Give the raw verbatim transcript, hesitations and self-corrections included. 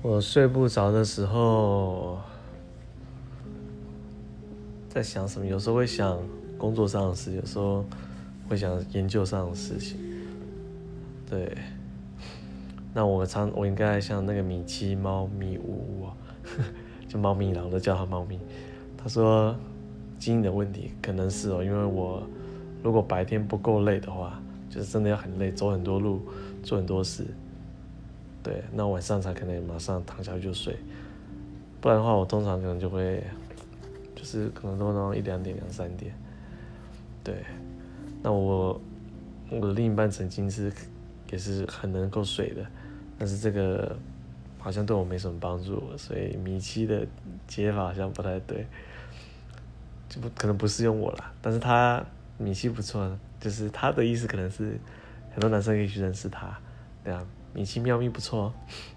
我睡不着的时候，在想什么？有时候会想工作上的事，有时候会想研究上的事情。对，那我常我应该像那个米奇猫咪呜呜，就猫咪啦，我都叫它猫咪。他说基因的问题可能是哦，因为我如果白天不够累的话，就是真的要很累，走很多路，做很多事。对，那晚上才可能马上躺下去就睡，不然的话，我通常可能就会，就是可能都弄一两点、两三点。对，那我我的另一半曾经是也是很能够睡的，但是这个好像对我没什么帮助，所以米七的解法好像不太对，就不可能不适用我啦。但是他米七不错，就是他的意思可能是很多男生可以去认识他，对啊，米七妙咪不错哦。